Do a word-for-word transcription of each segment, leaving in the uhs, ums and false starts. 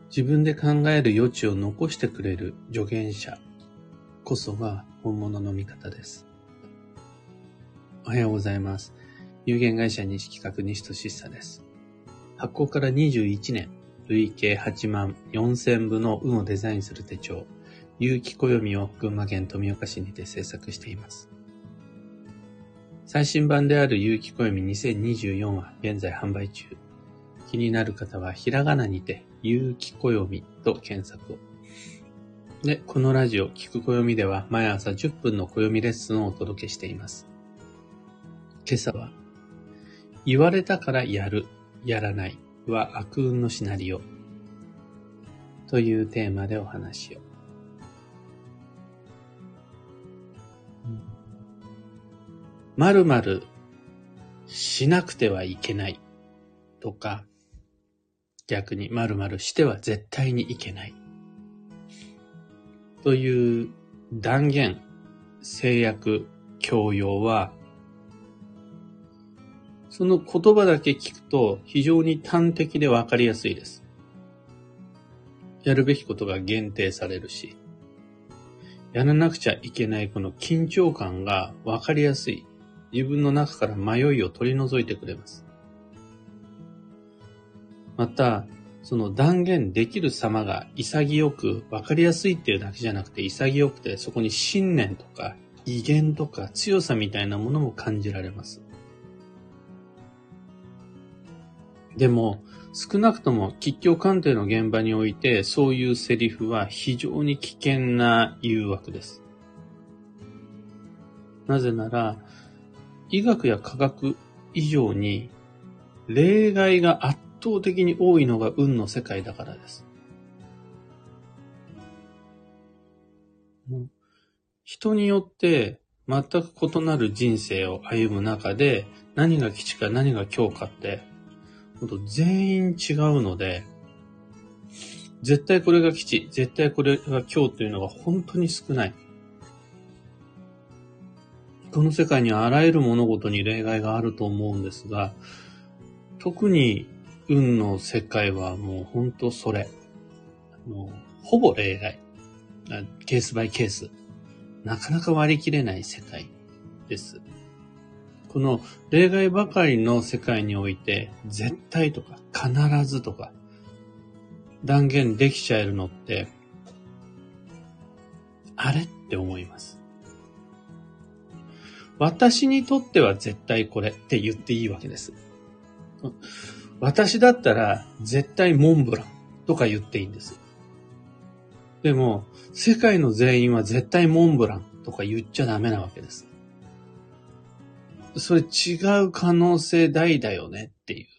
自分で考える余地を残してくれる助言者こそが本物の味方です。おはようございます。有限会社西企画西俊久です。発行からにじゅういちねん、累計はちまんよんせんぶの運をデザインする手帳、有機暦を群馬県富岡市にて制作しています。最新版である有機暦にせんにじゅうよんは現在販売中。気になる方はひらがなにて有機暦と検索を。で、このラジオ聞く暦では毎朝じゅっぷんの暦レッスンをお届けしています。今朝は、言われたからやる、やらないは悪運のシナリオというテーマでお話を。〇〇しなくてはいけないとか、逆に〇〇しては絶対にいけないという断言、制約、強要は、その言葉だけ聞くと非常に端的でわかりやすいです。やるべきことが限定されるし、やらなくちゃいけないこの緊張感がわかりやすい。自分の中から迷いを取り除いてくれます。また、その断言できる様が潔くわかりやすいっていうだけじゃなくて潔くて、そこに信念とか威厳とか強さみたいなものも感じられます。でも、少なくとも吉凶鑑定の現場においてそういうセリフは非常に危険な誘惑です。なぜなら、医学や科学以上に例外が圧倒的に多いのが運の世界だからです。人によって全く異なる人生を歩む中で何が吉か何が凶かって本当全員違うので、絶対これが吉、絶対これが凶というのが本当に少ない。この世界にはあらゆる物事に例外があると思うんですが、特に運の世界はもう本当それ。もうほぼ例外。ケースバイケース。なかなか割り切れない世界です。この例外ばかりの世界において、絶対とか必ずとか断言できちゃえるのって、あれって思います。私にとっては絶対これって言っていいわけです。私だったら絶対モンブランとか言っていいんです。でも、世界の全員は絶対モンブランとか言っちゃダメなわけです。それ違う可能性大だよねっていう。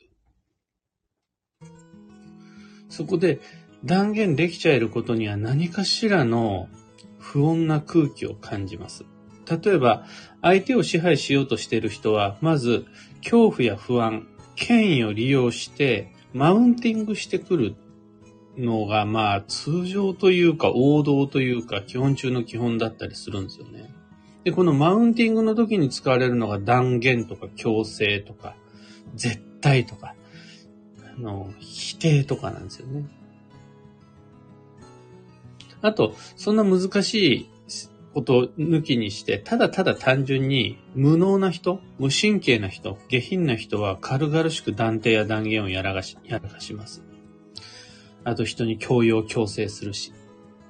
そこで断言できちゃえることには何かしらの不穏な空気を感じます。例えば、相手を支配しようとしている人は、まず恐怖や不安、権威を利用してマウンティングしてくるのがまあ通常というか王道というか基本中の基本だったりするんですよね。で、このマウンティングの時に使われるのが断言とか強制とか絶対とかあの否定とかなんですよね。あと、そんな難しいこと抜きにして、ただただ単純に無能な人、無神経な人、下品な人は軽々しく断定や断言をやらかし、やらかします。あと人に強要強制するし。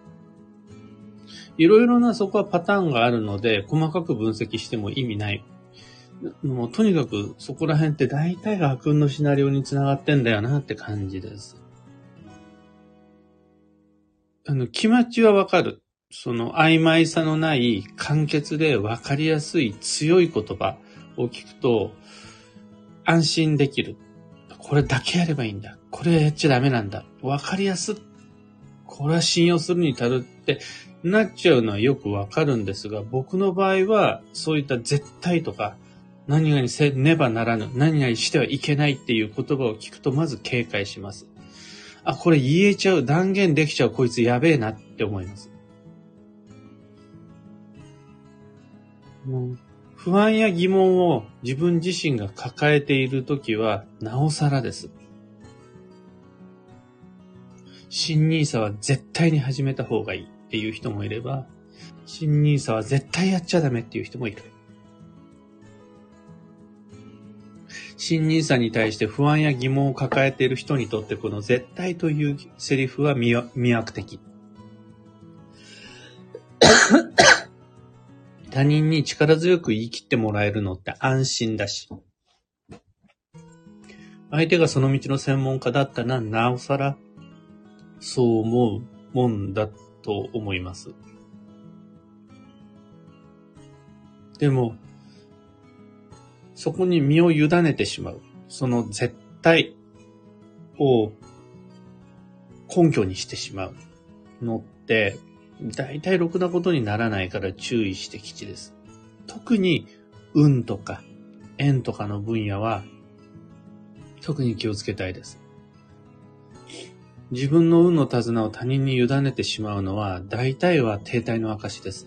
いろいろなそこはパターンがあるので、細かく分析しても意味ない。もうとにかくそこら辺って大体が悪運のシナリオにつながってんだよなって感じです。あの、気持ちはわかる。その曖昧さのない簡潔でわかりやすい強い言葉を聞くと安心できる。これだけやればいいんだ。これやっちゃダメなんだ。わかりやす。これは信用するに足るってなっちゃうのはよくわかるんですが、僕の場合はそういった絶対とか何々せねばならぬ、何々してはいけないっていう言葉を聞くとまず警戒します。あ、これ言えちゃう、断言できちゃう、こいつやべえなって思います。もう不安や疑問を自分自身が抱えているときはなおさらです。 新ニーサは絶対に始めた方がいいっていう人もいれば、新ニーサは絶対やっちゃダメっていう人もいる。新ニーサに対して不安や疑問を抱えている人にとってこの絶対というセリフは魅惑的。他人に力強く言い切ってもらえるのって安心だし、相手がその道の専門家だったらなおさらそう思うもんだと思います。でも、そこに身を委ねてしまう。その絶対を根拠にしてしまうのって、大体ろくなことにならないから注意して吉です。特に運とか縁とかの分野は特に気をつけたいです。自分の運の手綱を他人に委ねてしまうのは大体は停滞の証です。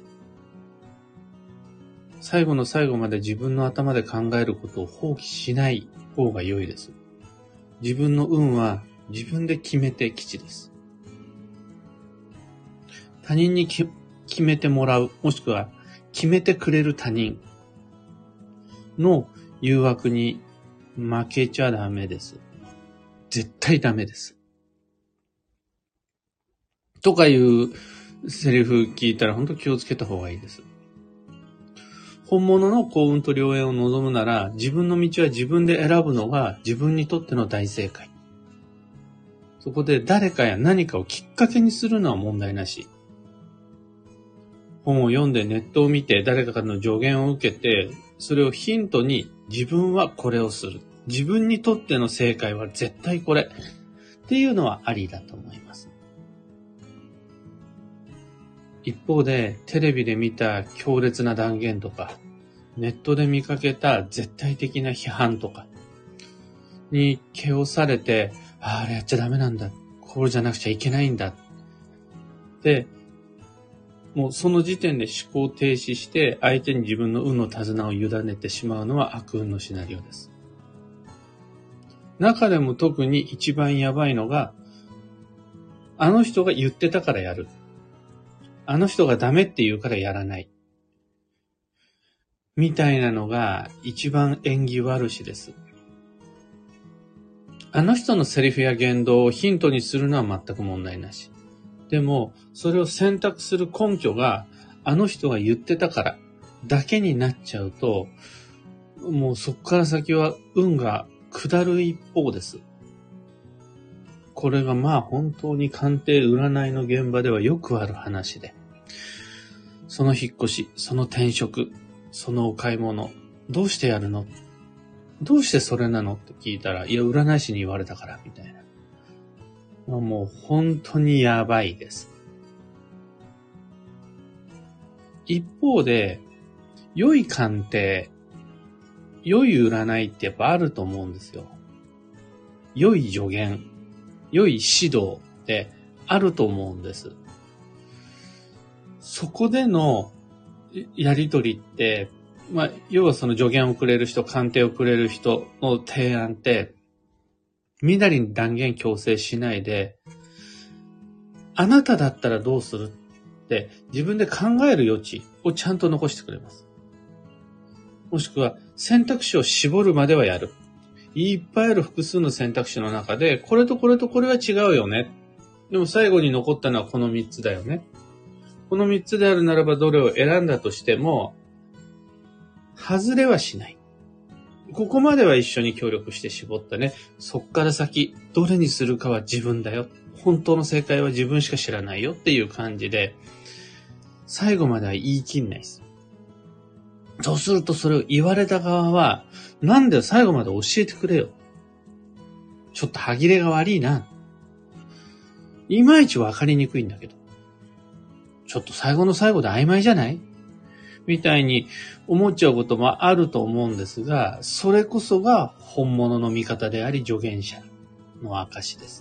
最後の最後まで自分の頭で考えることを放棄しない方が良いです。自分の運は自分で決めて吉です。他人に決めてもらう、もしくは決めてくれる他人の誘惑に負けちゃダメです。絶対ダメです。とかいうセリフ聞いたら本当気をつけた方がいいです。本物の幸運と良縁を望むなら、自分の道は自分で選ぶのが自分にとっての大正解。そこで誰かや何かをきっかけにするのは問題なし。本を読んでネットを見て誰かからの助言を受けて、それをヒントに自分はこれをする。自分にとっての正解は絶対これ。っていうのはありだと思います。一方でテレビで見た強烈な断言とか、ネットで見かけた絶対的な批判とかに気をされて、あ, あれやっちゃダメなんだ。これじゃなくちゃいけないんだ。で、もうその時点で思考停止して相手に自分の運の手綱を委ねてしまうのは悪運のシナリオです。中でも特に一番やばいのが、あの人が言ってたからやる。あの人がダメって言うからやらない。みたいなのが一番縁起悪しです。あの人のセリフや言動をヒントにするのは全く問題なし。でも、それを選択する根拠が、あの人が言ってたからだけになっちゃうと、もうそこから先は運が下る一方です。これがまあ本当に鑑定占いの現場ではよくある話で、その引っ越し、その転職、そのお買い物、どうしてやるの？どうしてそれなのって聞いたら、いや占い師に言われたからみたいな。もう本当にやばいです。一方で、良い鑑定、良い占いってやっぱあると思うんですよ。良い助言、良い指導ってあると思うんです。そこでのやりとりって、まあ、要はその助言をくれる人、鑑定をくれる人の提案って、みなりに断言強制しないで、あなただったらどうするって自分で考える余地をちゃんと残してくれます。もしくは選択肢を絞るまではやる。いっぱいある複数の選択肢の中で、これとこれとこれは違うよね。でも最後に残ったのはこのみっつだよね。このみっつであるならばどれを選んだとしても、外れはしない。ここまでは一緒に協力して絞ったね。そっから先、どれにするかは自分だよ。本当の正解は自分しか知らないよっていう感じで、最後までは言い切んないです。そうするとそれを言われた側は、なんで最後まで教えてくれよ。ちょっと歯切れが悪いな。いまいちわかりにくいんだけど。ちょっと最後の最後で曖昧じゃない？みたいに思っちゃうこともあると思うんですが、それこそが本物の味方であり助言者の証です。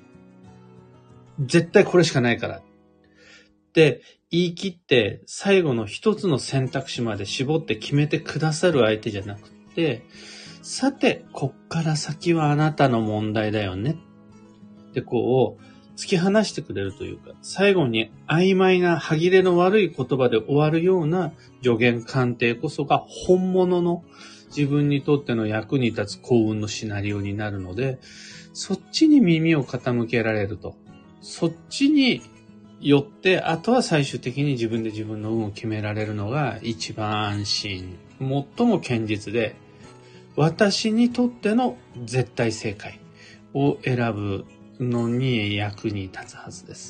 絶対これしかないからって言い切って最後の一つの選択肢まで絞って決めてくださる相手じゃなくて、さてこっから先はあなたの問題だよねってこう突き放してくれるというか、最後に曖昧な歯切れの悪い言葉で終わるような助言鑑定こそが本物の自分にとっての役に立つ幸運のシナリオになるので、そっちに耳を傾けられると。そっちによって、あとは最終的に自分で自分の運を決められるのが一番安心、最も堅実で、私にとっての絶対正解を選ぶのに役に立つはずです。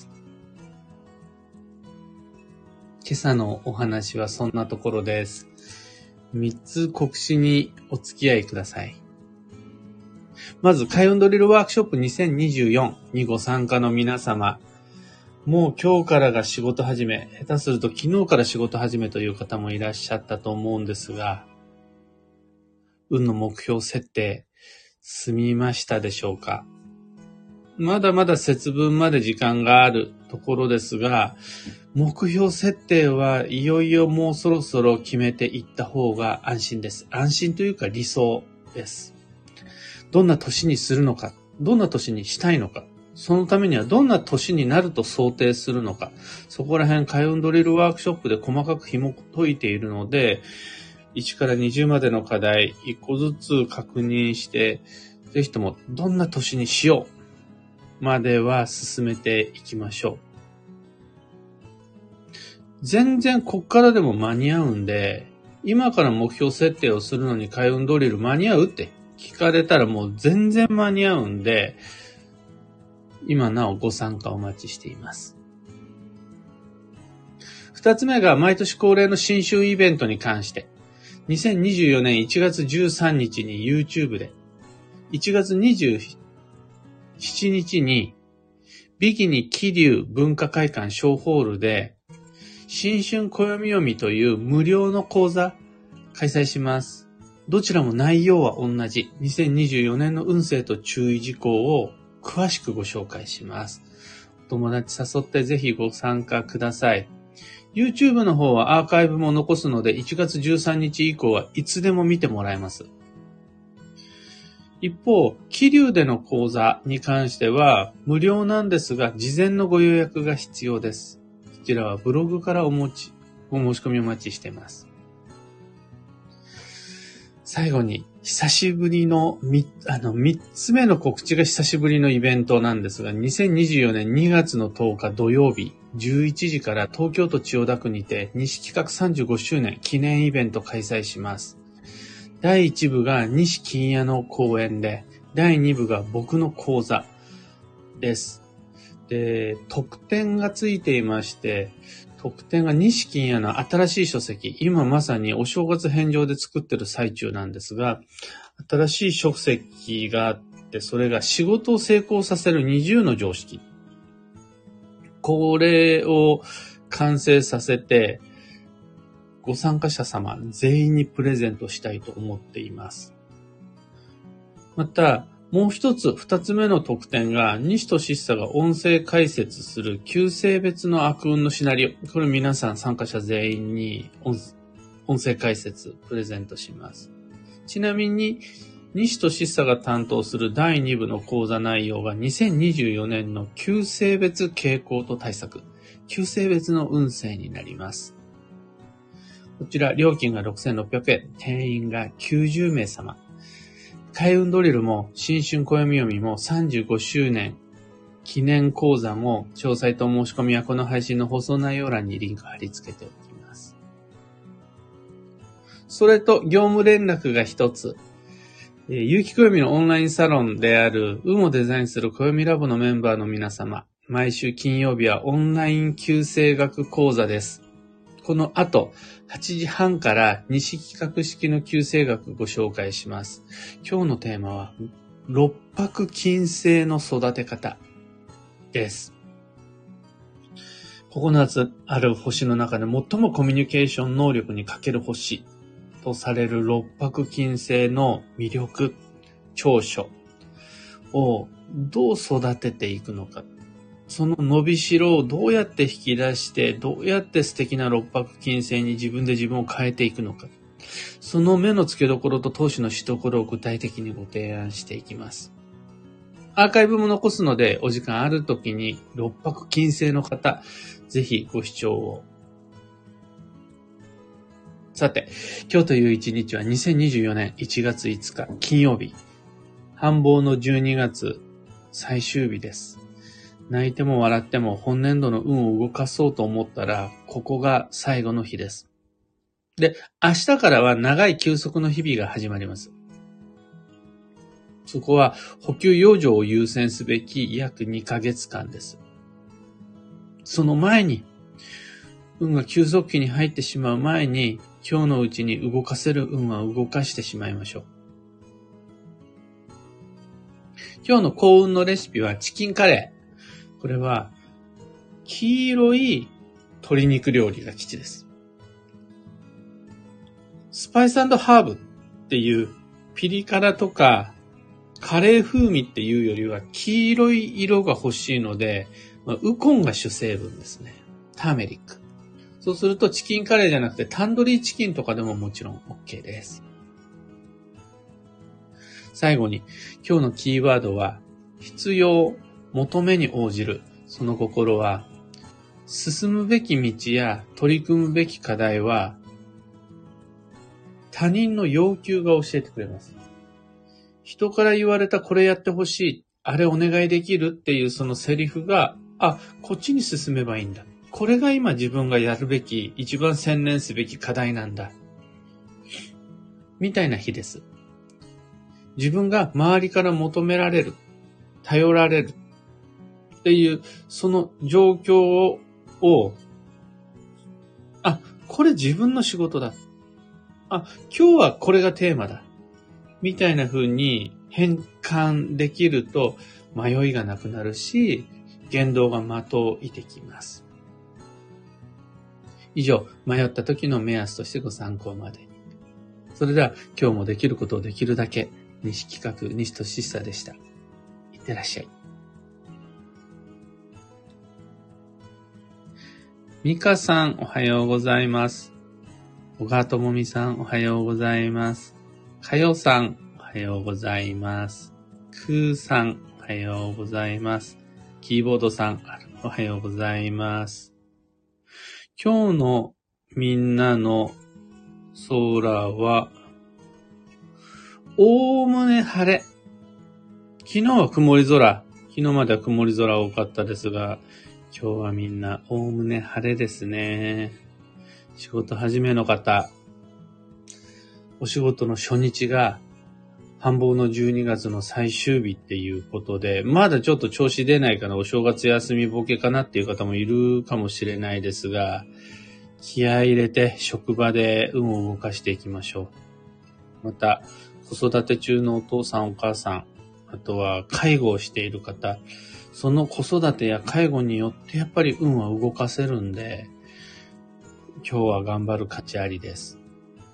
今朝のお話はそんなところです。三つ告知にお付き合いください。まず、開運ドリルワークショップにせんにじゅうよんにご参加の皆様、もう今日からが仕事始め、下手すると昨日から仕事始めという方もいらっしゃったと思うんですが、運の目標設定、済みましたでしょうか？まだまだ節分まで時間があるところですが、目標設定はいよいよもうそろそろ決めていった方が安心です。安心というか理想です。どんな年にするのか、どんな年にしたいのか、そのためにはどんな年になると想定するのか、そこら辺開運ドリルワークショップで細かく紐解いているので、いちからにじゅうまでの課題いっこずつ確認して、ぜひともどんな年にしようまでは進めていきましょう。全然こっからでも間に合うんで、今から目標設定をするのに開運ドリル間に合うって聞かれたらもう全然間に合うんで、今なおご参加お待ちしています。二つ目が毎年恒例の新春イベントに関して、にせんにじゅうよねんいちがつじゅうさんにちに YouTube で、いちがつにじゅうしちにちにビキニ桐生文化会館小ホールで新春暦読みという無料の講座開催します。どちらも内容は同じにせんにじゅうよねんの運勢と注意事項を詳しくご紹介します。お友達誘ってぜひご参加ください。YouTube の方はアーカイブも残すのでいちがつじゅうさんにち以降はいつでも見てもらえます。一方、桐生での講座に関しては無料なんですが事前のご予約が必要です。こちらはブログからお持ち、お申し込みお待ちしています。最後に久しぶりのみあの三つ目の告知が久しぶりのイベントなんですが、にせんにじゅうよねんにがつのとおか土曜日じゅういちじから東京都千代田区にて西企画さんじゅうごしゅうねん記念イベント開催します。だいいち部が西金谷の公演で、だいに部が僕の講座です。で、特典がついていまして、特典が西金谷の新しい書籍、今まさにお正月返上で作ってる最中なんですが、新しい書籍があって、それが仕事を成功させるにじゅうの常識。これを完成させて、ご参加者様全員にプレゼントしたいと思っています。また、もう一つ、二つ目の特典が、西俊久が音声解説する旧性別の悪運のシナリオ。これ皆さん参加者全員に 音, 音声解説プレゼントします。ちなみに、西俊久が担当するだいに部の講座内容がにせんにじゅうよねんの旧性別傾向と対策。旧性別の運勢になります。こちら、料金がろくせんろっぴゃくえん、定員がきゅうじゅうめい様。開運ドリルも新春暦読みもさんじゅうごしゅうねん記念講座も詳細と申し込みはこの配信の放送内容欄にリンク貼り付けておきます。それと業務連絡が一つ。有機暦のオンラインサロンである運をデザインする暦ラボのメンバーの皆様、毎週金曜日はオンライン旧星学講座です。この後、はちじはんから西企画式の旧星学ご紹介します。今日のテーマは、六白金星の育て方です。ここなつある星の中で最もコミュニケーション能力に欠ける星とされる六白金星の魅力、長所をどう育てていくのか。その伸びしろをどうやって引き出して、どうやって素敵な六白金星に自分で自分を変えていくのか。その目の付けどころと投資のしどころを具体的にご提案していきます。 アーカイブも残すので、お時間ある時に、ろっぱく金星の方、ぜひご視聴を。さて、今日という一日はにせんにじゅうよねんいちがついつか金曜日。繁忙のじゅうにがつ最終日です。泣いても笑っても本年度の運を動かそうと思ったら、ここが最後の日です。で、明日からは長い休息の日々が始まります。そこは補給養生を優先すべき約にかげつかんです。その前に、運が休息期に入ってしまう前に、今日のうちに動かせる運は動かしてしまいましょう。今日の幸運のレシピはチキンカレー。これは黄色い鶏肉料理が吉です。スパイス&ハーブっていうピリ辛とかカレー風味っていうよりは黄色い色が欲しいので、まあ、ウコンが主成分ですね。ターメリック。そうするとチキンカレーじゃなくてタンドリーチキンとかでももちろん OK です。最後に今日のキーワードは必要、求めに応じる。その心は進むべき道や取り組むべき課題は他人の要求が教えてくれます。人から言われたこれやってほしい、あれお願いできるっていうそのセリフが、あ、こっちに進めばいいんだ。これが今自分がやるべき、一番専念すべき課題なんだ。みたいな日です。自分が周りから求められる、頼られるっていうその状況を、をあ、これ自分の仕事だ。あ、今日はこれがテーマだ。みたいな風に変換できると迷いがなくなるし、言動が的を射てきます。以上、迷った時の目安としてご参考までに。それでは今日もできることをできるだけ、西企画西俊久でした。いってらっしゃい。ミカさんおはようございます。小川智美さんおはようございます。かよさんおはようございます。くーさんおはようございます。キーボードさんおはようございます。今日のみんなの空はおおむね晴れ。昨日は曇り空。昨日までは曇り空多かったですが、今日はみんなおおむね晴れですね。仕事始めの方、お仕事の初日が繁忙のじゅうにがつの最終日っていうことで、まだちょっと調子出ないかな、お正月休みボケかなっていう方もいるかもしれないですが、気合い入れて職場で運を動かしていきましょう。また、子育て中のお父さんお母さん、あとは介護をしている方、その子育てや介護によってやっぱり運は動かせるんで、今日は頑張る価値ありです。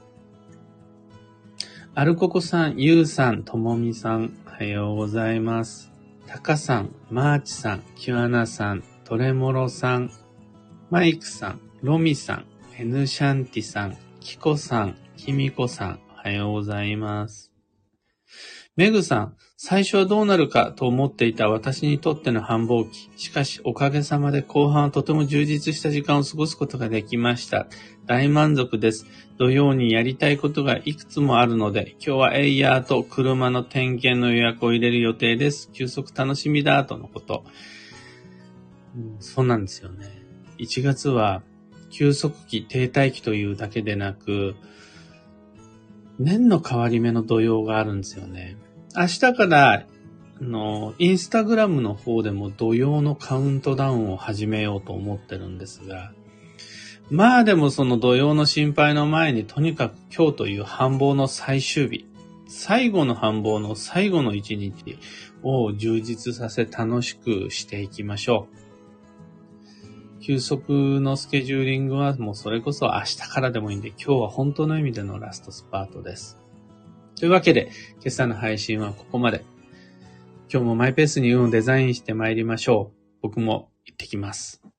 アルココさん、ユウさん、ともみさん、おはようございます。タカさん、マーチさん、キュアナさん、トレモロさん、マイクさん、ロミさん、エヌシャンティさん、キコさん、キミコさん、おはようございます。メグさん、最初はどうなるかと思っていた私にとっての繁忙期。しかしおかげさまで後半はとても充実した時間を過ごすことができました。大満足です。土曜にやりたいことがいくつもあるので、今日はエイヤーと車の点検の予約を入れる予定です。休息楽しみだとのこと。うん、そうなんですよね。いちがつは休息期、停滞期というだけでなく、年の変わり目の土曜があるんですよね。明日からあのインスタグラムの方でも土曜のカウントダウンを始めようと思ってるんですが、まあでもその土曜の心配の前にとにかく今日という繁忙の最終日、最後の繁忙の最後の一日を充実させ楽しくしていきましょう。休息のスケジューリングはもうそれこそ明日からでもいいんで、今日は本当の意味でのラストスパートです。というわけで、今朝の配信はここまで。今日もマイペースに運をデザインして参りましょう。僕も行ってきます。